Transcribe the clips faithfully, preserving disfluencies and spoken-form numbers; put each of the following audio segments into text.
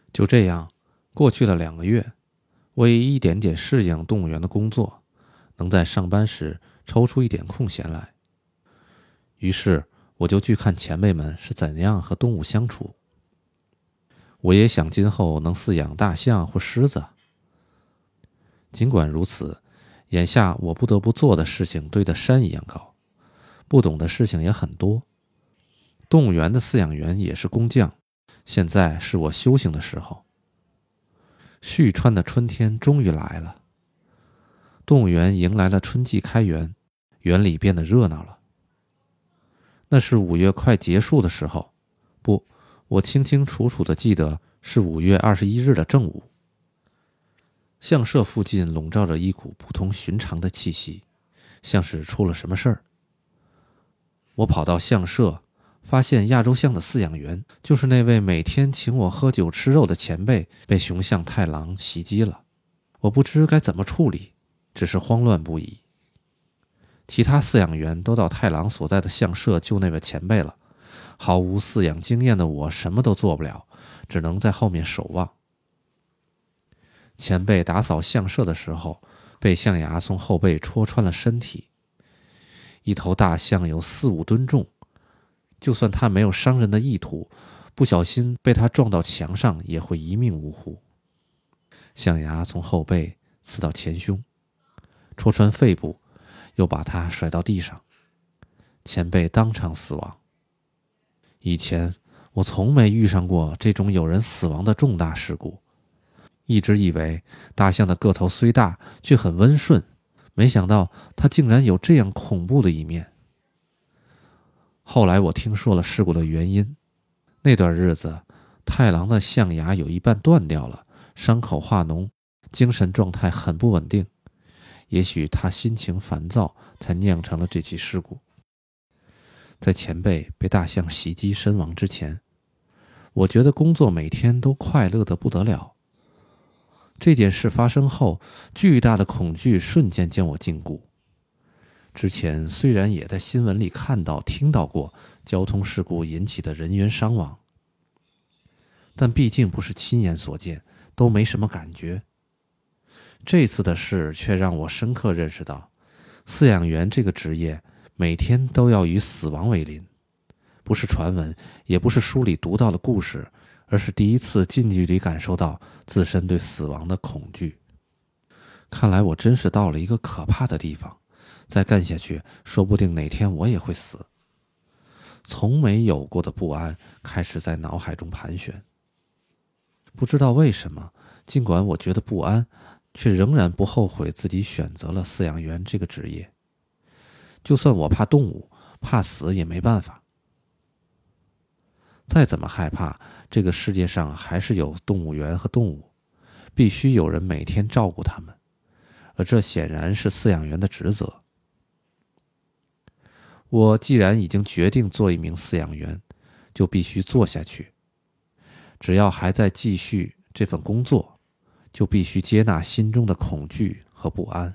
就这样，过去了两个月，我也一点点适应动物园的工作，能在上班时抽出一点空闲来。于是，我就去看前辈们是怎样和动物相处。我也想今后能饲养大象或狮子。尽管如此，眼下我不得不做的事情堆得山一样高，不懂的事情也很多。动物园的饲养员也是工匠，现在是我修行的时候。旭川的春天终于来了，动物园迎来了春季开园，园里变得热闹了。那是五月快结束的时候，不，我清清楚楚地记得是五月二十一日的正午。象舍附近笼罩着一股不同寻常的气息，像是出了什么事儿。我跑到象舍，发现亚洲象的饲养员，就是那位每天请我喝酒吃肉的前辈，被雄象太郎袭击了。我不知该怎么处理，只是慌乱不已。其他饲养员都到太郎所在的象舍救那位前辈了，毫无饲养经验的我什么都做不了，只能在后面守望。前辈打扫象舍的时候，被象牙从后背戳穿了身体。一头大象有四五吨重，就算他没有伤人的意图，不小心被他撞到墙上也会一命呜呼。象牙从后背刺到前胸，戳穿肺部，又把他甩到地上，前辈当场死亡。以前我从没遇上过这种有人死亡的重大事故，一直以为大象的个头虽大，却很温顺，没想到它竟然有这样恐怖的一面。后来我听说了事故的原因，那段日子太郎的象牙有一半断掉了，伤口化脓，精神状态很不稳定，也许他心情烦躁，才酿成了这起事故。在前辈被大象袭击身亡之前，我觉得工作每天都快乐得不得了。这件事发生后，巨大的恐惧瞬间将我禁锢。之前虽然也在新闻里看到听到过交通事故引起的人员伤亡，但毕竟不是亲眼所见，都没什么感觉。这次的事却让我深刻认识到，饲养员这个职业每天都要与死亡为邻，不是传闻，也不是书里读到的故事，而是第一次近距离感受到自身对死亡的恐惧。看来我真是到了一个可怕的地方，再干下去，说不定哪天我也会死。从没有过的不安开始在脑海中盘旋。不知道为什么，尽管我觉得不安，却仍然不后悔自己选择了饲养员这个职业。就算我怕动物，怕死也没办法。再怎么害怕，这个世界上还是有动物园和动物，必须有人每天照顾它们，而这显然是饲养员的职责。我既然已经决定做一名饲养员，就必须做下去。只要还在继续这份工作，就必须接纳心中的恐惧和不安。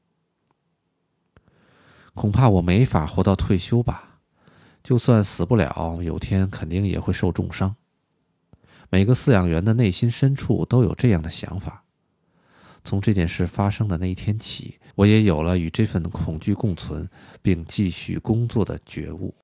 恐怕我没法活到退休吧，就算死不了，有天肯定也会受重伤。每个饲养员的内心深处都有这样的想法。从这件事发生的那一天起，我也有了与这份恐惧共存并继续工作的觉悟。